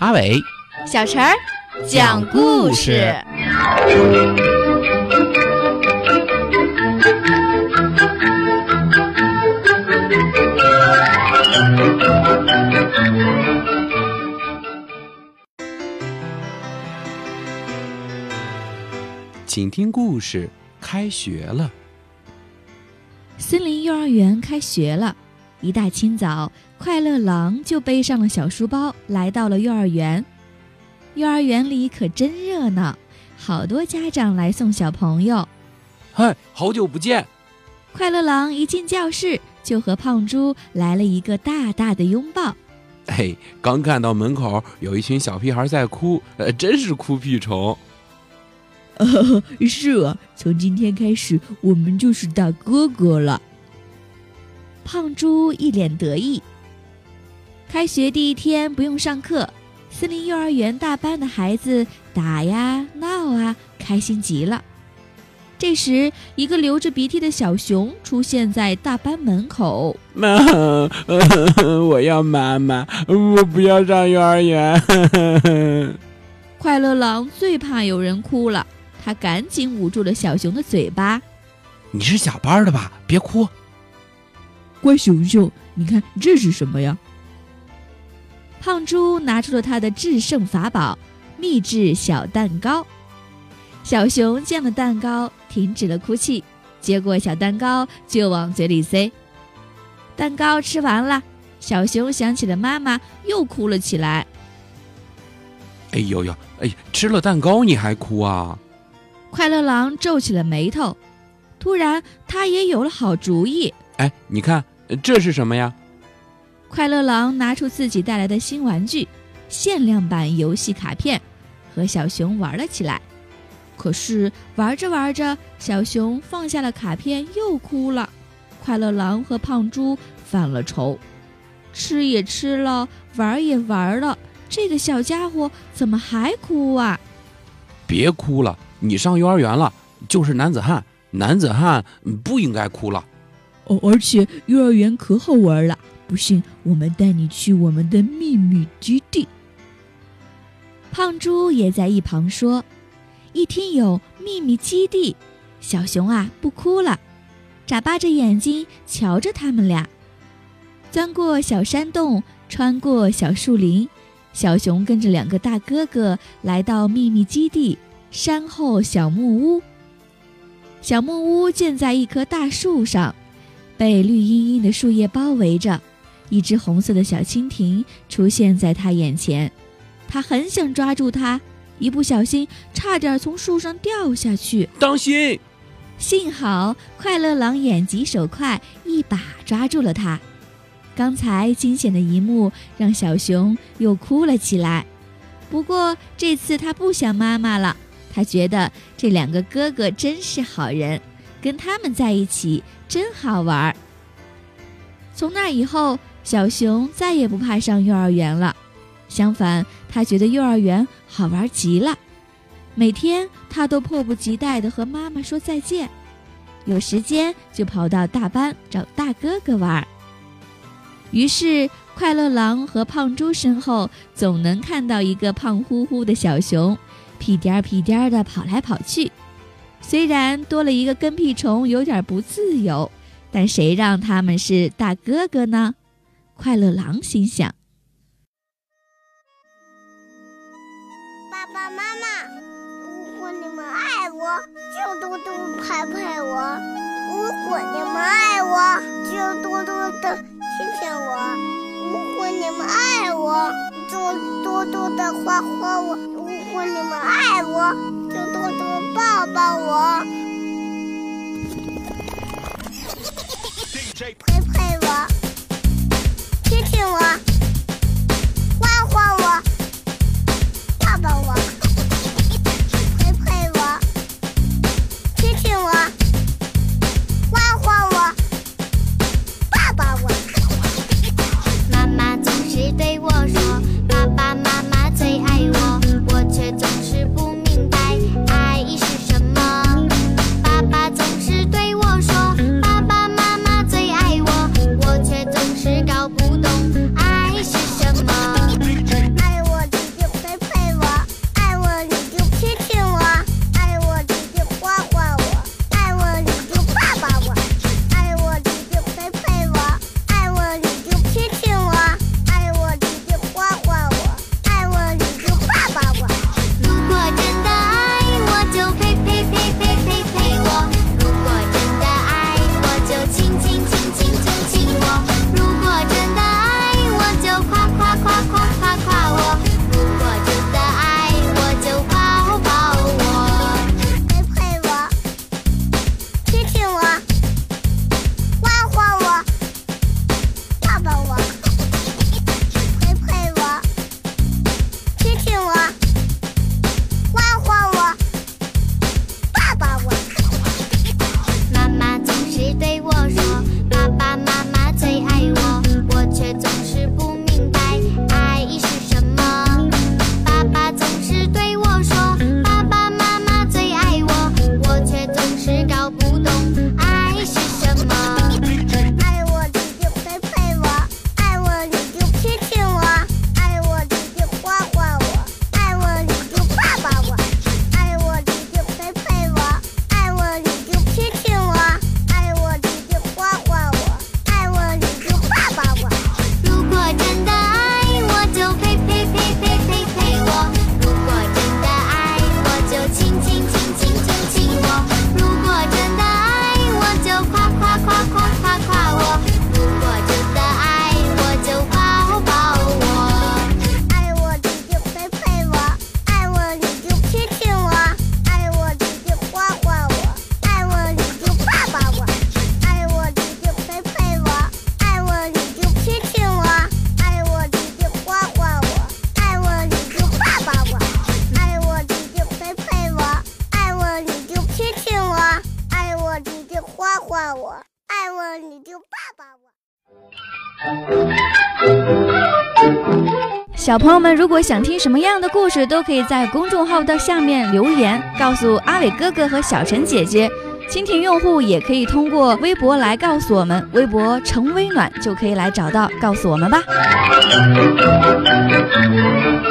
马尾、 小陈儿讲故事。 请听故事，开学了。 森林幼儿园开学了，一大清早，快乐狼就背上了小书包来到了幼儿园。幼儿园里可真热闹，好多家长来送小朋友。 嗨，好久不见！ 快乐狼一进教室就和胖猪来了一个大大的拥抱。 嘿，刚看到门口有一群小屁孩在哭，真是哭屁虫。 是啊，从今天开始我们就是大哥哥了。胖猪一脸得意。开学第一天不用上课，森林幼儿园大班的孩子打呀闹啊，开心极了。这时，一个流着鼻涕的小熊出现在大班门口。 妈，我要妈妈，我不要上幼儿园。 快乐狼最怕有人哭了，他赶紧捂住了小熊的嘴巴。 你是下班的吧？别哭。 乖熊熊，你看这是什么呀？胖猪拿出了他的制胜法宝——秘制小蛋糕。小熊见了蛋糕，停止了哭泣，接过小蛋糕就往嘴里塞。蛋糕吃完了，小熊想起了妈妈，又哭了起来。 哎呦呦，吃了蛋糕你还哭啊？ 快乐狼皱起了眉头，突然他也有了好主意。 你看这是什么呀？ 快乐狼拿出自己带来的新玩具——限量版游戏卡片，和小熊玩了起来。可是玩着玩着，小熊放下了卡片，又哭了。快乐狼和胖猪犯了愁，吃也吃了，玩也玩了，这个小家伙怎么还哭啊？ 别哭了，你上幼儿园了，就是男子汉，男子汉不应该哭了。 而且幼儿园可好玩了，不信我们带你去我们的秘密基地。胖猪也在一旁说。一听有秘密基地，小熊不哭了，眨巴着眼睛瞧着他们俩。钻过小山洞，穿过小树林，小熊跟着两个大哥哥来到秘密基地山后小木屋。小木屋建在一棵大树上，被绿茵茵的树叶包围着。一只红色的小蜻蜓出现在他眼前，他很想抓住它，一不小心差点从树上掉下去。 当心！ 幸好快乐狼眼疾手快，一把抓住了它。刚才惊险的一幕让小熊又哭了起来，不过这次他不想妈妈了，他觉得这两个哥哥真是好人，跟他们在一起真好玩。从那以后，小熊再也不怕上幼儿园了，相反，他觉得幼儿园好玩极了。每天他都迫不及待地和妈妈说再见，有时间就跑到大班找大哥哥玩。于是快乐狼和胖猪身后总能看到一个胖乎乎的小熊，屁颠儿屁颠儿地跑来跑去。虽然多了一个跟屁虫有点不自由，但谁让他们是大哥哥呢？快乐狼心想。 爸爸妈妈，如果你们爱我，就多多拍拍我；如果你们爱我，就多多的亲亲我；如果你们爱我，就多多的夸夸我；如果你们爱我，就多多抱抱我。拍拍我，亲亲我，夸夸我，抱抱我。拍拍我，亲亲我，夸夸我，抱抱我。 妈妈总是对我说，爸爸妈妈最爱我，我却总是不明白爱是什么。爸爸总是对我说，爸爸妈妈最爱我， 爱我你就抱抱我。 小朋友们，如果想听什么样的故事，都可以在公众号的下面留言，告诉阿伟哥哥和小陈姐姐。蜻蜓用户也可以通过微博来告诉我们，微博橙微暖就可以来找到，告诉我们吧。